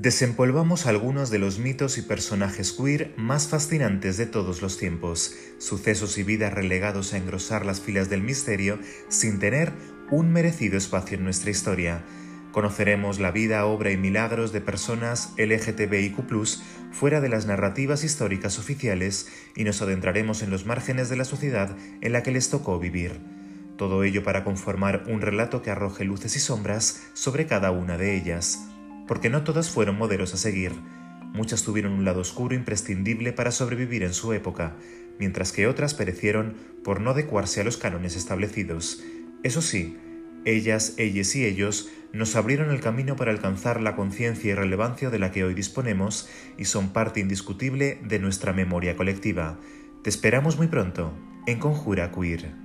Desempolvamos algunos de los mitos y personajes queer más fascinantes de todos los tiempos, sucesos y vidas relegados a engrosar las filas del misterio sin tener un merecido espacio en nuestra historia. Conoceremos la vida, obra y milagros de personas LGTBIQ+, fuera de las narrativas históricas oficiales, y nos adentraremos en los márgenes de la sociedad en la que les tocó vivir. Todo ello para conformar un relato que arroje luces y sombras sobre cada una de ellas. Porque no todas fueron modelos a seguir. Muchas tuvieron un lado oscuro imprescindible para sobrevivir en su época, mientras que otras perecieron por no adecuarse a los cánones establecidos. Eso sí, ellas y ellos nos abrieron el camino para alcanzar la conciencia y relevancia de la que hoy disponemos y son parte indiscutible de nuestra memoria colectiva. Te esperamos muy pronto en Conjura Queer.